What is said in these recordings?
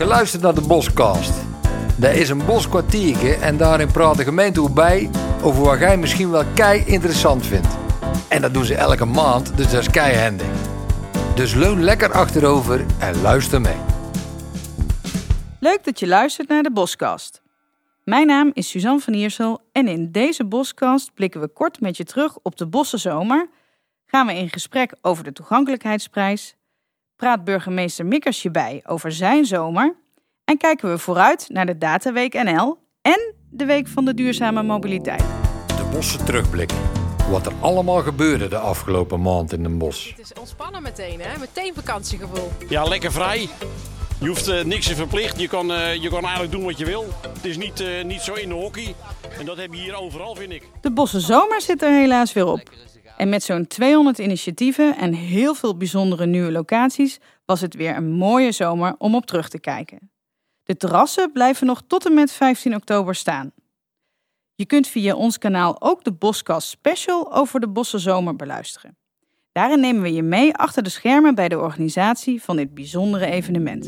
geluisterd naar de Boscast. Dat is een boskwartiertje en daarin praat de gemeente bij over wat jij misschien wel kei interessant vindt. En dat doen ze elke maand, dus dat is kei handig. Dus leun lekker achterover en luister mee. Leuk dat je luistert naar de Boscast. Mijn naam is Suzanne van Iersel en in deze Boscast blikken we kort met je terug op de Bossenzomer, gaan we in gesprek over de toegankelijkheidsprijs, praat burgemeester Mikkers je bij over zijn zomer en kijken we vooruit naar de Dataweek NL en de Week van de Duurzame Mobiliteit. De Bossen terugblikken. Wat er allemaal gebeurde de afgelopen maand in Den Bosch. Het is ontspannen meteen, hè? Meteen vakantiegevoel. Ja, lekker vrij. Je hoeft niks te verplichten. Je kan eigenlijk doen wat je wil. Het is niet zo in de hockey. En dat heb je hier overal, vind ik. De Bossenzomer zit er helaas weer op. En met zo'n 200 initiatieven en heel veel bijzondere nieuwe locaties was het weer een mooie zomer om op terug te kijken. De terrassen blijven nog tot en met 15 oktober staan. Je kunt via ons kanaal ook de Boscast Special over de Bossenzomer beluisteren. Daarin nemen we je mee achter de schermen bij de organisatie van dit bijzondere evenement.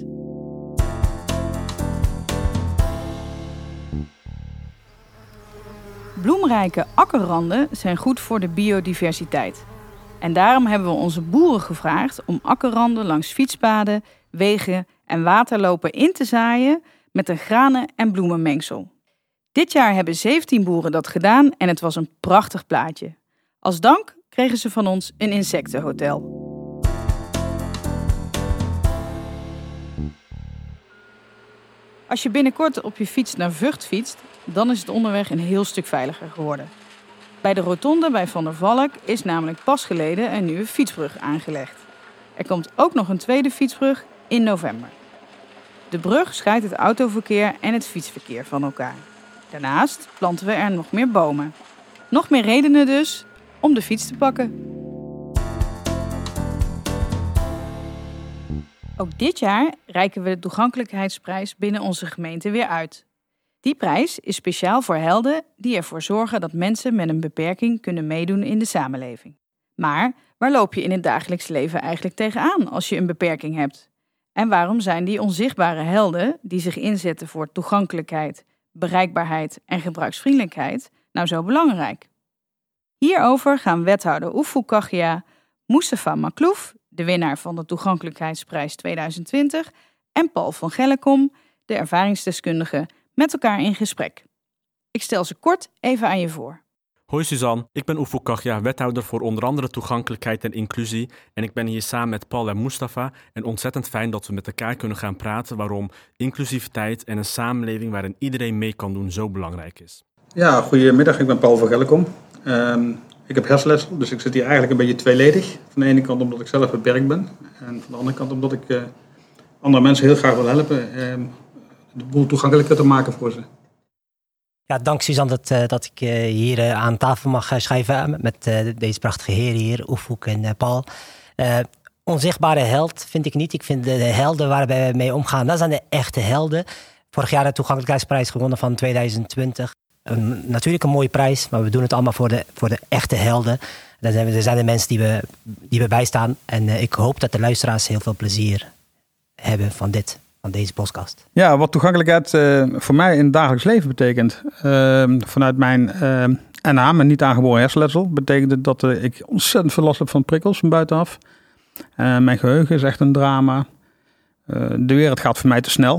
Bloemrijke akkerranden zijn goed voor de biodiversiteit. En daarom hebben we onze boeren gevraagd om akkerranden langs fietspaden, wegen en waterlopen in te zaaien met een granen- en bloemenmengsel. Dit jaar hebben 17 boeren dat gedaan en het was een prachtig plaatje. Als dank kregen ze van ons een insectenhotel. Als je binnenkort op je fiets naar Vught fietst, dan is het onderweg een heel stuk veiliger geworden. Bij de rotonde bij Van der Valk is namelijk pas geleden een nieuwe fietsbrug aangelegd. Er komt ook nog een tweede fietsbrug in november. De brug scheidt het autoverkeer en het fietsverkeer van elkaar. Daarnaast planten we er nog meer bomen. Nog meer redenen dus om de fiets te pakken. Ook dit jaar reiken we de toegankelijkheidsprijs binnen onze gemeente weer uit. Die prijs is speciaal voor helden die ervoor zorgen dat mensen met een beperking kunnen meedoen in de samenleving. Maar waar loop je in het dagelijks leven eigenlijk tegenaan als je een beperking hebt? En waarom zijn die onzichtbare helden die zich inzetten voor toegankelijkheid, bereikbaarheid en gebruiksvriendelijkheid nou zo belangrijk? Hierover gaan wethouder Ufuk Kachia, Mustafa Maklouf, de winnaar van de Toegankelijkheidsprijs 2020, en Paul van Gellekom, de ervaringsdeskundige, met elkaar in gesprek. Ik stel ze kort even aan je voor. Hoi Suzanne, ik ben Ufuk Kachia, wethouder voor onder andere toegankelijkheid en inclusie. En ik ben hier samen met Paul en Mustafa. En ontzettend fijn dat we met elkaar kunnen gaan praten waarom inclusiviteit en een samenleving waarin iedereen mee kan doen zo belangrijk is. Ja, goedemiddag, ik ben Paul van Gellekom. Ik heb hersenletsel, dus ik zit hier eigenlijk een beetje tweeledig. Van de ene kant omdat ik zelf beperkt ben. En van de andere kant omdat ik andere mensen heel graag wil helpen. De boel toegankelijker te maken voor ze. Ja, dank Suzanne dat ik hier aan tafel mag schuiven met deze prachtige heren hier, Ufuk en Paul. Onzichtbare held vind ik niet. Ik vind de helden waar we mee omgaan, dat zijn de echte helden. Vorig jaar de toegankelijkheidsprijs gewonnen van 2020. Natuurlijk een mooie prijs, maar we doen het allemaal voor de echte helden. Dat zijn de mensen die we bijstaan. En ik hoop dat de luisteraars heel veel plezier hebben van deze podcast. Ja, wat toegankelijkheid voor mij in het dagelijks leven betekent. Vanuit mijn NA, mijn niet aangeboren hersenletsel, betekent het dat ik ontzettend veel last heb van prikkels van buitenaf. Mijn geheugen is echt een drama. De wereld gaat voor mij te snel.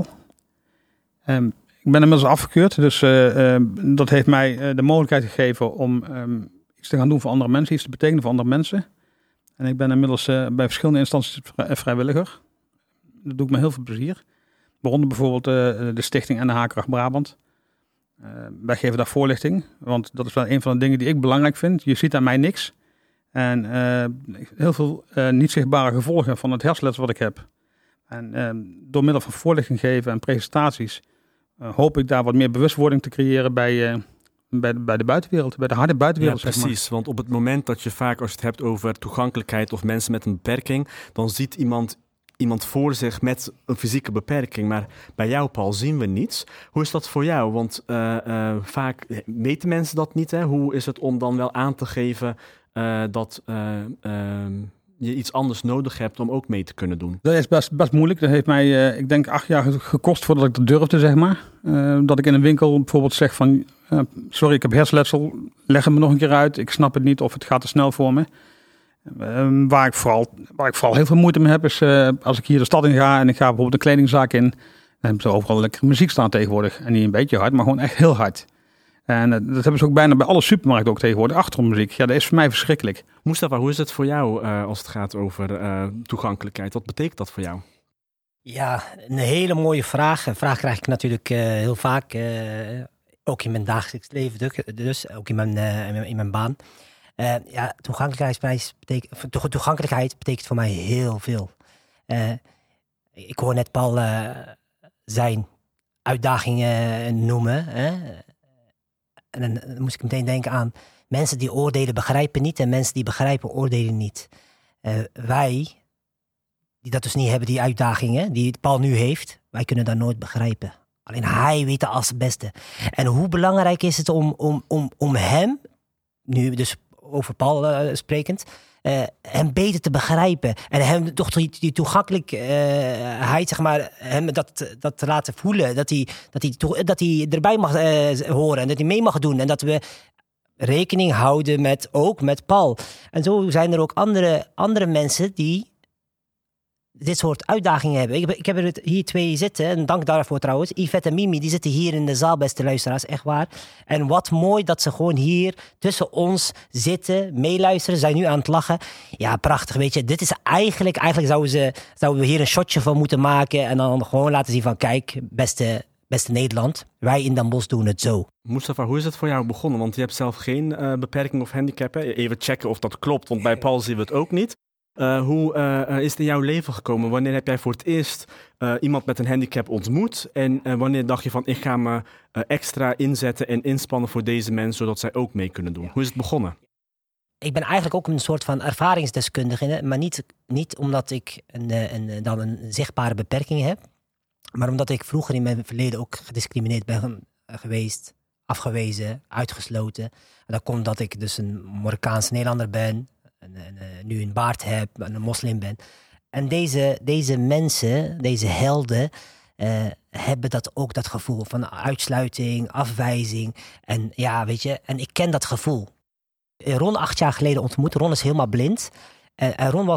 Ik ben inmiddels afgekeurd, dus dat heeft mij de mogelijkheid gegeven om iets te gaan doen voor andere mensen, iets te betekenen voor andere mensen. En ik ben inmiddels bij verschillende instanties vrijwilliger. Dat doe ik met heel veel plezier. Waaronder bijvoorbeeld de stichting en de Hakerach Brabant. Wij geven daar voorlichting, want dat is wel een van de dingen die ik belangrijk vind. Je ziet aan mij niks. En heel veel niet zichtbare gevolgen van het hersenletsel wat ik heb. En door middel van voorlichting geven en presentaties hoop ik daar wat meer bewustwording te creëren bij de buitenwereld, bij de harde buitenwereld. Ja, precies. Zeg maar. Want op het moment dat je vaak, als je het hebt over toegankelijkheid of mensen met een beperking, dan ziet iemand voor zich met een fysieke beperking. Maar bij jou, Paul, zien we niets. Hoe is dat voor jou? Want vaak weten mensen dat niet. Hè? Hoe is het om dan wel aan te geven je iets anders nodig hebt om ook mee te kunnen doen? Dat is best moeilijk. Dat heeft mij, ik denk, 8 jaar gekost voordat ik dat durfde, zeg maar. Dat ik in een winkel bijvoorbeeld zeg van... sorry, ik heb hersenletsel, leg het me nog een keer uit. Ik snap het niet of het gaat te snel voor me. Waar ik vooral heel veel moeite mee heb is... als ik hier de stad in ga en ik ga bijvoorbeeld een kledingzaak in... dan hebben ze overal lekker muziek staan tegenwoordig. En niet een beetje hard, maar gewoon echt heel hard. En dat hebben ze ook bijna bij alle supermarkten ook tegenwoordig, achtergrondmuziek. Ja, dat is voor mij verschrikkelijk. Mustafa, hoe is het voor jou als het gaat over toegankelijkheid? Wat betekent dat voor jou? Ja, een hele mooie vraag. Een vraag krijg ik natuurlijk heel vaak, ook in mijn dagelijks leven, dus ook in mijn baan. Toegankelijkheid betekent voor mij heel veel. Ik hoor net Paul zijn uitdagingen noemen. En dan moest ik meteen denken aan mensen die oordelen begrijpen niet en mensen die begrijpen oordelen niet. Wij, die dat dus niet hebben, die uitdagingen die Paul nu heeft, wij kunnen dat nooit begrijpen. Alleen hij weet het als het beste. En hoe belangrijk is het om hem, nu dus over Paul sprekend, hem beter te begrijpen. En hem toch die toegankelijkheid, zeg maar, hem dat te laten voelen. Dat hij erbij mag horen en dat hij mee mag doen. En dat we rekening houden ook met Paul. En zo zijn er ook andere mensen die dit soort uitdagingen hebben. Ik heb er hier 2 zitten, en dank daarvoor trouwens. Yvette en Mimi, die zitten hier in de zaal, beste luisteraars, echt waar. En wat mooi dat ze gewoon hier tussen ons zitten, meeluisteren, zijn nu aan het lachen. Ja, prachtig, weet je. Dit is eigenlijk zouden we hier een shotje van moeten maken en dan gewoon laten zien van, kijk, beste Nederland, wij in Den Bosch doen het zo. Mustafa, hoe is het voor jou begonnen? Want je hebt zelf geen beperking of handicap. Hè? Even checken of dat klopt, want bij Paul zien we het ook niet. Hoe is het in jouw leven gekomen? Wanneer heb jij voor het eerst iemand met een handicap ontmoet? En wanneer dacht je van, ik ga me extra inzetten en inspannen voor deze mensen, zodat zij ook mee kunnen doen? Hoe is het begonnen? Ik ben eigenlijk ook een soort van ervaringsdeskundige, maar niet omdat ik dan een zichtbare beperking heb, maar omdat ik vroeger in mijn verleden ook gediscrimineerd ben geweest, afgewezen, uitgesloten. En dat komt dat ik dus een Marokkaanse Nederlander ben, nu een baard heb en een moslim ben. En deze mensen, deze helden, hebben dat gevoel van uitsluiting, afwijzing. En ja, weet je, en ik ken dat gevoel. Ron 8 jaar geleden ontmoet. Ron is helemaal blind. En Ron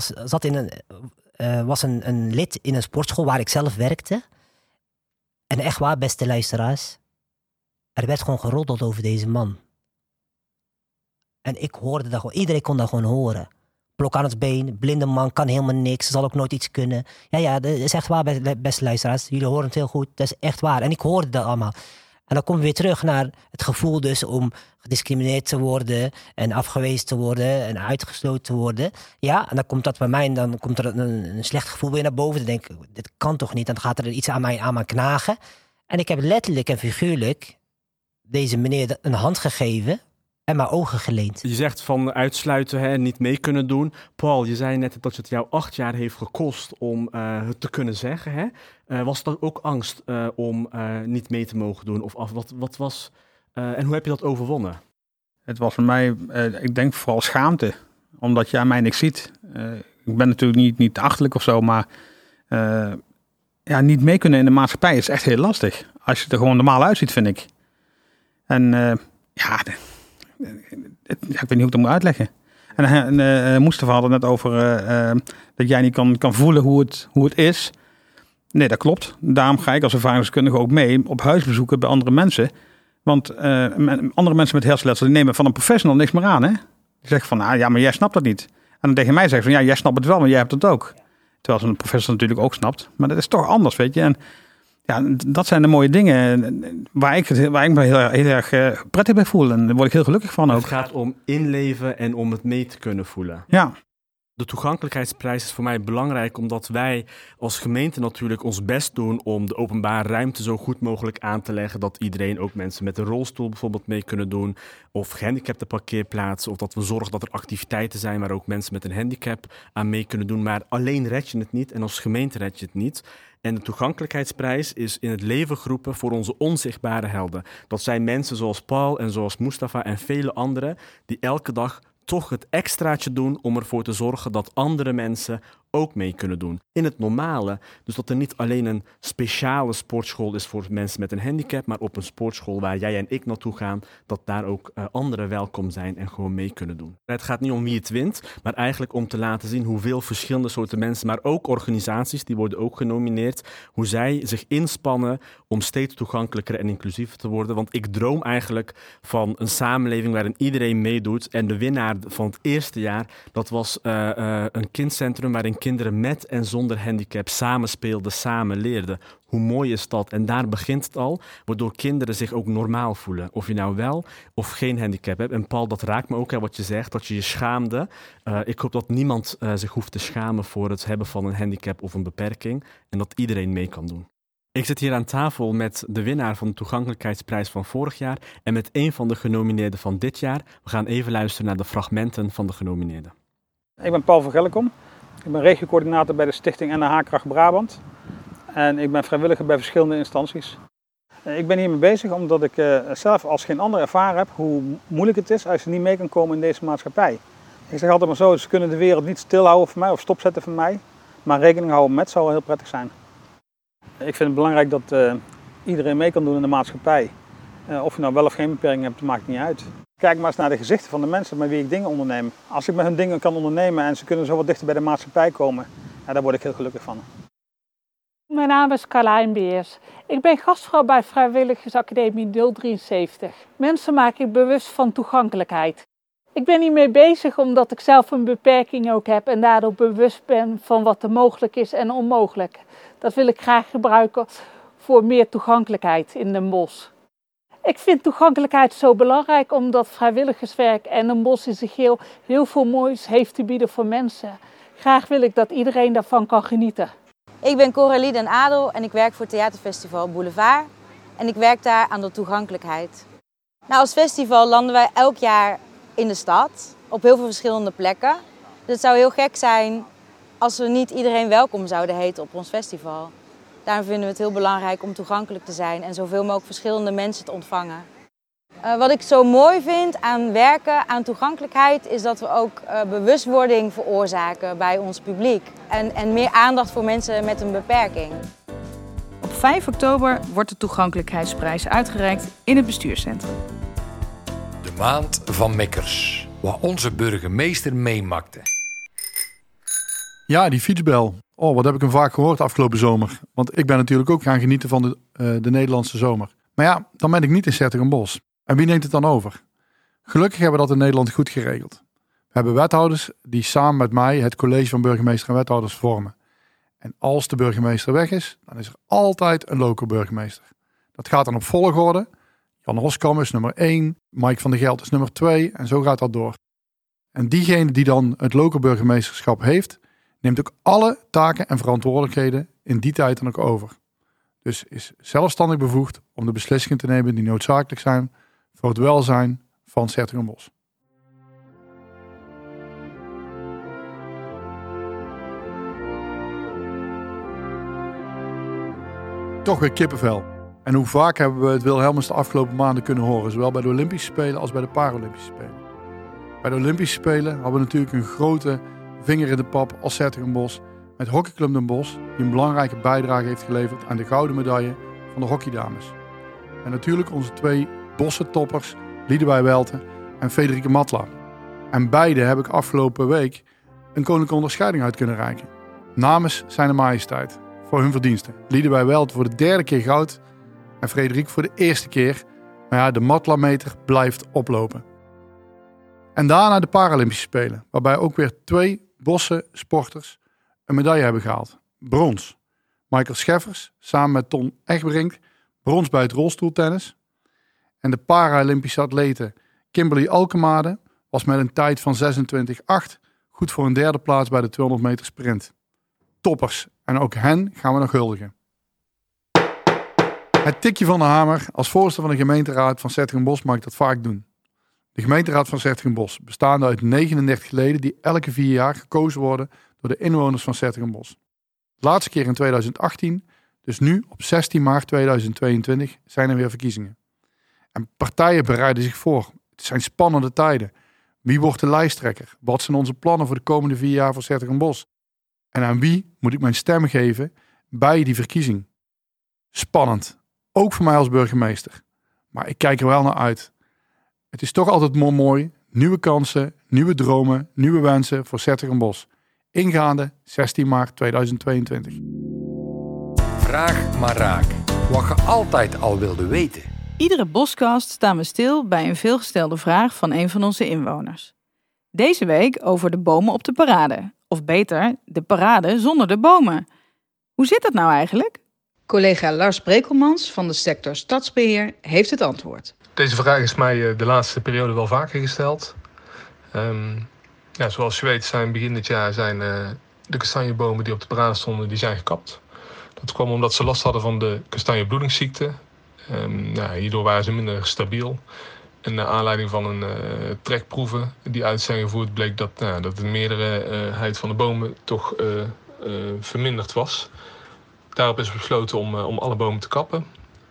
was een lid in een sportschool waar ik zelf werkte. En echt waar, beste luisteraars, er werd gewoon geroddeld over deze man. En ik hoorde dat gewoon. Iedereen kon dat gewoon horen. Blok aan het been, blinde man, kan helemaal niks, zal ook nooit iets kunnen. Ja, dat is echt waar, beste luisteraars. Jullie horen het heel goed, dat is echt waar. En ik hoorde dat allemaal. En dan komen we weer terug naar het gevoel dus om gediscrimineerd te worden en afgewezen te worden en uitgesloten te worden. Ja, en dan komt dat bij mij en dan komt er een slecht gevoel weer naar boven. Dan denk ik, dit kan toch niet? Dan gaat er iets aan mij knagen. En ik heb letterlijk en figuurlijk deze meneer een hand gegeven en mijn ogen geleend. Je zegt van uitsluiten, hè, niet mee kunnen doen. Paul, je zei net dat het jou 8 jaar heeft gekost om het te kunnen zeggen. Hè? Was er ook angst om niet mee te mogen doen? Of wat was... en hoe heb je dat overwonnen? Het was voor mij, ik denk vooral schaamte. Omdat jij mij niks ziet. Ik ben natuurlijk niet achterlijk of zo, maar niet mee kunnen in de maatschappij is echt heel lastig. Als je er gewoon normaal uitziet, vind ik. En ik weet niet hoe ik dat moet uitleggen. En Mustafa had het net over dat jij niet kan voelen hoe het is. Nee, dat klopt. Daarom ga ik als ervaringsdeskundige ook mee op huisbezoeken bij andere mensen. Want andere mensen met hersenletsel die nemen van een professional niks meer aan. Hè? Die zeggen van, maar jij snapt dat niet. En dan tegen mij zeggen van, jij snapt het wel, maar jij hebt het ook. Terwijl een professional natuurlijk ook snapt. Maar dat is toch anders, weet je. En ja, dat zijn de mooie dingen waar ik me heel erg prettig bij voel. En daar word ik heel gelukkig van ook. Het gaat om inleven en om het mee te kunnen voelen. Ja. De toegankelijkheidsprijs is voor mij belangrijk omdat wij als gemeente natuurlijk ons best doen om de openbare ruimte zo goed mogelijk aan te leggen dat iedereen, ook mensen met een rolstoel bijvoorbeeld, mee kunnen doen. Of gehandicapte parkeerplaatsen. Of dat we zorgen dat er activiteiten zijn waar ook mensen met een handicap aan mee kunnen doen. Maar alleen red je het niet en als gemeente red je het niet. En de toegankelijkheidsprijs is in het leven geroepen voor onze onzichtbare helden. Dat zijn mensen zoals Paul en zoals Mustafa en vele anderen die elke dag toch het extraatje doen om ervoor te zorgen dat andere mensen ook mee kunnen doen. In het normale, dus dat er niet alleen een speciale sportschool is voor mensen met een handicap, maar op een sportschool waar jij en ik naartoe gaan, dat daar ook anderen welkom zijn en gewoon mee kunnen doen. Het gaat niet om wie het wint, maar eigenlijk om te laten zien hoeveel verschillende soorten mensen, maar ook organisaties, die worden ook genomineerd, hoe zij zich inspannen om steeds toegankelijker en inclusiever te worden. Want ik droom eigenlijk van een samenleving waarin iedereen meedoet. En de winnaar van het eerste jaar, dat was een kindcentrum waarin kinderen met en zonder handicap samen speelden, samen leerden. Hoe mooi is dat? En daar begint het al, waardoor kinderen zich ook normaal voelen. Of je nou wel of geen handicap hebt. En Paul, dat raakt me ook, wat je zegt, dat je je schaamde. Ik hoop dat niemand zich hoeft te schamen voor het hebben van een handicap of een beperking. En dat iedereen mee kan doen. Ik zit hier aan tafel met de winnaar van de toegankelijkheidsprijs van vorig jaar en met een van de genomineerden van dit jaar. We gaan even luisteren naar de fragmenten van de genomineerden. Ik ben Paul van Gellekom. Ik ben regiocoördinator bij de stichting NH Kracht Brabant. En ik ben vrijwilliger bij verschillende instanties. Ik ben hiermee bezig omdat ik zelf als geen ander ervaren heb hoe moeilijk het is als je niet mee kan komen in deze maatschappij. Ik zeg altijd maar zo, ze kunnen de wereld niet stilhouden voor mij of stopzetten voor mij. Maar rekening houden met zou wel heel prettig zijn. Ik vind het belangrijk dat iedereen mee kan doen in de maatschappij. Of je nou wel of geen beperking hebt, dat maakt niet uit. Kijk maar eens naar de gezichten van de mensen met wie ik dingen onderneem. Als ik met hun dingen kan ondernemen en ze kunnen zo wat dichter bij de maatschappij komen, daar word ik heel gelukkig van. Mijn naam is Carlijn Beers. Ik ben gastvrouw bij Vrijwilligersacademie 073. Mensen maak ik bewust van toegankelijkheid. Ik ben hiermee bezig omdat ik zelf een beperking ook heb en daardoor bewust ben van wat er mogelijk is en onmogelijk. Dat wil ik graag gebruiken voor meer toegankelijkheid in Den Bosch. Ik vind toegankelijkheid zo belangrijk omdat vrijwilligerswerk en Den Bosch in zich heel veel moois heeft te bieden voor mensen. Graag wil ik dat iedereen daarvan kan genieten. Ik ben Coralie den Adel en ik werk voor Theaterfestival Boulevard. En ik werk daar aan de toegankelijkheid. Nou, als festival landen wij elk jaar in de stad, op heel veel verschillende plekken. Dus het zou heel gek zijn als we niet iedereen welkom zouden heten op ons festival. Daarom vinden we het heel belangrijk om toegankelijk te zijn en zoveel mogelijk verschillende mensen te ontvangen. Wat ik zo mooi vind aan werken aan toegankelijkheid is dat we ook bewustwording veroorzaken bij ons publiek. En meer aandacht voor mensen met een beperking. Op 5 oktober wordt de toegankelijkheidsprijs uitgereikt in het bestuurscentrum. De maand van Mikkers, waar onze burgemeester meemakte. Ja, die fietsbel. Oh, wat heb ik hem vaak gehoord afgelopen zomer. Want ik ben natuurlijk ook gaan genieten van de Nederlandse zomer. Maar ja, dan ben ik niet in 's-Hertogenbosch. En wie neemt het dan over? Gelukkig hebben we dat in Nederland goed geregeld. We hebben wethouders die samen met mij het college van burgemeester en wethouders vormen. En als de burgemeester weg is, dan is er altijd een local burgemeester. Dat gaat dan op volgorde. Jan Roskam is nummer 1, Mike van der Geld is nummer 2 en zo gaat dat door. En diegene die dan het local burgemeesterschap heeft, neemt ook alle taken en verantwoordelijkheden in die tijd dan ook over. Dus is zelfstandig bevoegd om de beslissingen te nemen die noodzakelijk zijn voor het welzijn van 's-Hertogenbosch. Toch weer kippenvel. En hoe vaak hebben we het Wilhelmus de afgelopen maanden kunnen horen, zowel bij de Olympische Spelen als bij de Paralympische Spelen. Bij de Olympische Spelen hebben we natuurlijk een grote vinger in de pap als 's-Hertogenbosch met Hockeyclub Den Bosch, die een belangrijke bijdrage heeft geleverd aan de gouden medaille van de hockeydames. En natuurlijk onze 2 Bosse toppers, Liedewij Welten en Federike Matla. En beide heb ik afgelopen week een koninklijke onderscheiding uit kunnen reiken. Namens Zijne Majesteit voor hun verdiensten. Liedewij Welten voor de 3e keer goud en Frederiek voor de 1e keer. Maar ja, de Matla-meter blijft oplopen. En daarna de Paralympische Spelen, waarbij ook weer 2 Bosse sporters een medaille hebben gehaald. Brons. Michael Scheffers samen met Ton Egberink. Brons bij het rolstoeltennis. En de Paralympische atlete Kimberly Alkemade was met een tijd van 26,8 goed voor een 3e plaats bij de 200 meter sprint. Toppers. En ook hen gaan we nog huldigen. Het tikje van de hamer. Als voorzitter van de gemeenteraad van 's-Hertogenbosch mag ik dat vaak doen. De gemeenteraad van 's-Hertogenbosch bestaande uit 39 leden die elke 4 jaar gekozen worden door de inwoners van 's-Hertogenbosch. De laatste keer in 2018, dus nu op 16 maart 2022 zijn er weer verkiezingen. En partijen bereiden zich voor. Het zijn spannende tijden. Wie wordt de lijsttrekker? Wat zijn onze plannen voor de komende 4 jaar voor 's-Hertogenbosch? En aan wie moet ik mijn stem geven bij die verkiezing? Spannend. Ook voor mij als burgemeester. Maar ik kijk er wel naar uit. Het is toch altijd mooi. Nieuwe kansen, nieuwe dromen, nieuwe wensen voor 's-Hertogenbosch. Ingaande 16 maart 2022. Vraag maar raak. Wat je altijd al wilde weten. Iedere Boskast staan we stil bij een veelgestelde vraag van een van onze inwoners. Deze week over de bomen op de parade. Of beter, de parade zonder de bomen. Hoe zit dat nou eigenlijk? Collega Lars Brekelmans van de sector Stadsbeheer heeft het antwoord. Deze vraag is mij de laatste periode wel vaker gesteld. Zoals je weet zijn begin dit jaar de kastanjebomen die op de parade stonden, die zijn gekapt. Dat kwam omdat ze last hadden van de kastanjebloedingsziekte. Hierdoor waren ze minder stabiel. En naar aanleiding van een trekproeven die uit zijn gevoerd bleek dat de meerderheid van de bomen toch verminderd was. Daarop is besloten om alle bomen te kappen.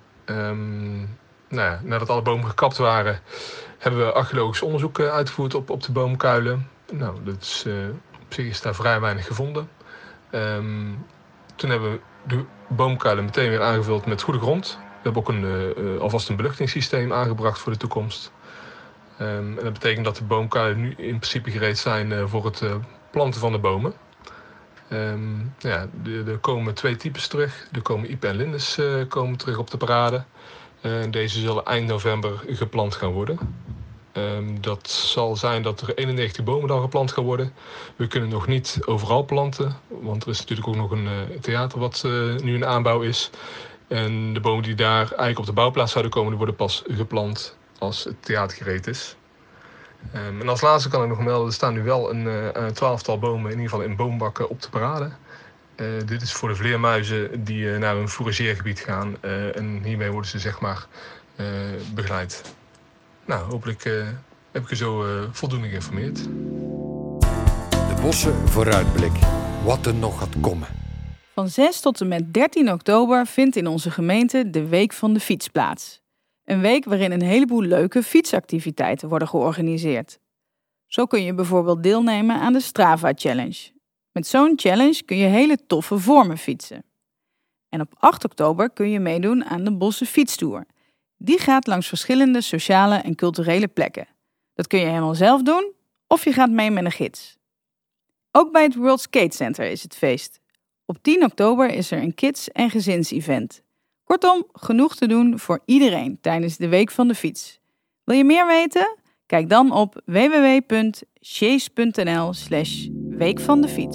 Nadat alle bomen gekapt waren, hebben we archeologisch onderzoek uitgevoerd op de boomkuilen. Op zich is daar vrij weinig gevonden. Toen hebben we de boomkuilen meteen weer aangevuld met goede grond. We hebben ook alvast een beluchtingssysteem aangebracht voor de toekomst. En dat betekent dat de boomkuilen nu in principe gereed zijn voor het planten van de bomen. Er komen 2 types terug. Er komen Ipe en Lindes komen terug op de parade. Deze zullen eind november geplant gaan worden. Dat zal zijn dat er 91 bomen dan geplant gaan worden. We kunnen nog niet overal planten, want er is natuurlijk ook nog een theater wat nu in aanbouw is. En de bomen die daar eigenlijk op de bouwplaats zouden komen, die worden pas geplant als het theater gereed is. En als laatste kan ik nog melden, er staan nu wel een 12-tal bomen, in ieder geval in boombakken op de parade. Dit is voor de vleermuizen die naar een fourageergebied gaan en hiermee worden ze begeleid. Hopelijk heb ik je zo voldoende geïnformeerd. De Bossen vooruitblik. Wat er nog gaat komen. Van 6 tot en met 13 oktober vindt in onze gemeente de Week van de Fiets plaats. Een week waarin een heleboel leuke fietsactiviteiten worden georganiseerd. Zo kun je bijvoorbeeld deelnemen aan de Strava Challenge. Met zo'n challenge kun je hele toffe vormen fietsen. En op 8 oktober kun je meedoen aan de Bosse Fietstour. Die gaat langs verschillende sociale en culturele plekken. Dat kun je helemaal zelf doen of je gaat mee met een gids. Ook bij het World Skate Center is het feest. Op 10 oktober is er een kids- en gezins-event. Kortom, genoeg te doen voor iedereen tijdens de Week van de Fiets. Wil je meer weten? Kijk dan op www.sjees.nl/Week van de Fiets.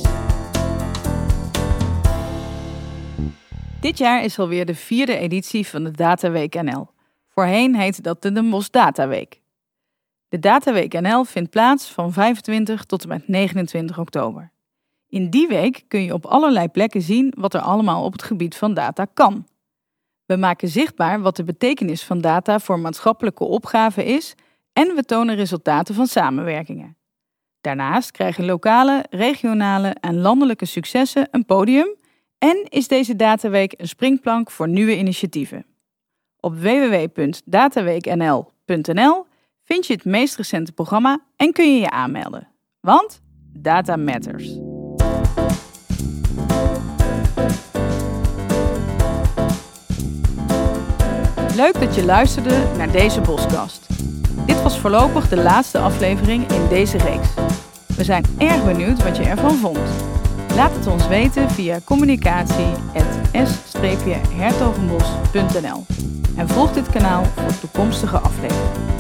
Dit jaar is alweer de 4e editie van de Dataweek NL. Voorheen heette dat de Den Bosch Dataweek. De Dataweek NL vindt plaats van 25 tot en met 29 oktober. In die week kun je op allerlei plekken zien wat er allemaal op het gebied van data kan. We maken zichtbaar wat de betekenis van data voor maatschappelijke opgaven is en we tonen resultaten van samenwerkingen. Daarnaast krijgen lokale, regionale en landelijke successen een podium en is deze Dataweek een springplank voor nieuwe initiatieven. Op www.dataweeknl.nl vind je het meest recente programma en kun je je aanmelden. Want data matters. Leuk dat je luisterde naar deze Boskast. Dit was voorlopig de laatste aflevering in deze reeks. We zijn erg benieuwd wat je ervan vond. Laat het ons weten via communicatie@s-hertogenbosch.nl en volg dit kanaal voor toekomstige afleveringen.